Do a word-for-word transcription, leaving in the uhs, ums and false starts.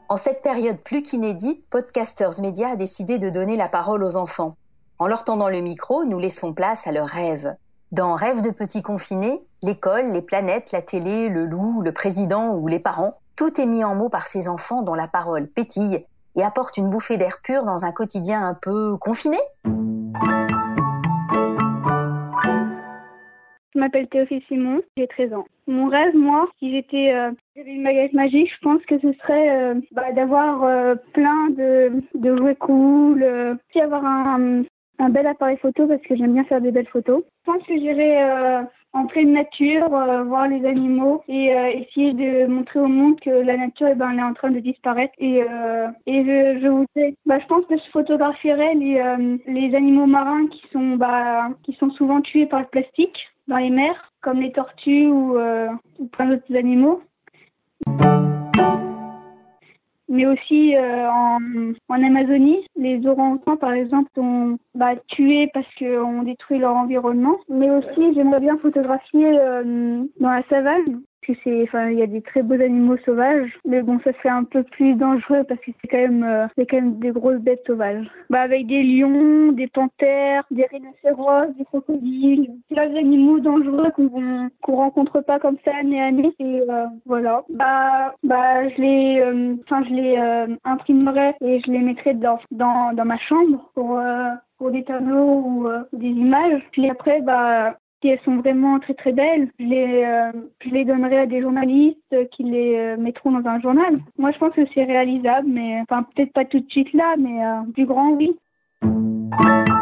En cette période plus qu'inédite, Podcasters Media a décidé de donner la parole aux enfants. En leur tendant le micro, nous laissons place à leurs rêves. Dans Rêves de petits confinés, l'école, les planètes, la télé, le loup, le président ou les parents, tout est mis en mots par ces enfants dont la parole pétille et apporte une bouffée d'air pur dans un quotidien un peu confiné. Je m'appelle Théophile Simon, j'ai treize ans. Mon rêve, moi, si j'étais euh, j'avais une baguette magique, je pense que ce serait euh, bah, d'avoir euh, plein de, de jouets cool, euh, aussi avoir un, un bel appareil photo parce que j'aime bien faire des belles photos. Je pense que j'irais euh, en pleine nature, euh, voir les animaux et euh, essayer de montrer au monde que la nature, eh ben, elle est en train de disparaître. Et, euh, et je, je voudrais, bah, je pense que je photographierais les, euh, les animaux marins qui sont, bah, qui sont souvent tués par le plastique dans les mers, comme les tortues ou, euh, ou plein d'autres animaux. Mais aussi euh, en, en Amazonie, les orang-outans, par exemple, sont bah, tués parce qu'on détruit leur environnement. Mais aussi, j'aimerais bien photographier euh, dans la savane. Parce que c'est, enfin, il y a des très beaux animaux sauvages, mais bon, ça fait un peu plus dangereux parce que c'est quand même, euh, c'est quand même des grosses bêtes sauvages. Bah, avec des lions, des panthères, des rhinocéros, des crocodiles, plein d'animaux dangereux qu'on qu'on rencontre pas comme ça année à année. Et euh, voilà. Bah, bah, je les, euh, enfin, je les euh, imprimerai et je les mettrai dans dans dans ma chambre pour euh, pour des tableaux ou euh, des images. Puis après, bah si elles sont vraiment très très belles, je les, euh, je les donnerai à des journalistes qui les euh, mettront dans un journal. Moi, je pense que c'est réalisable, mais enfin peut-être pas tout de suite là, mais euh, du grand oui.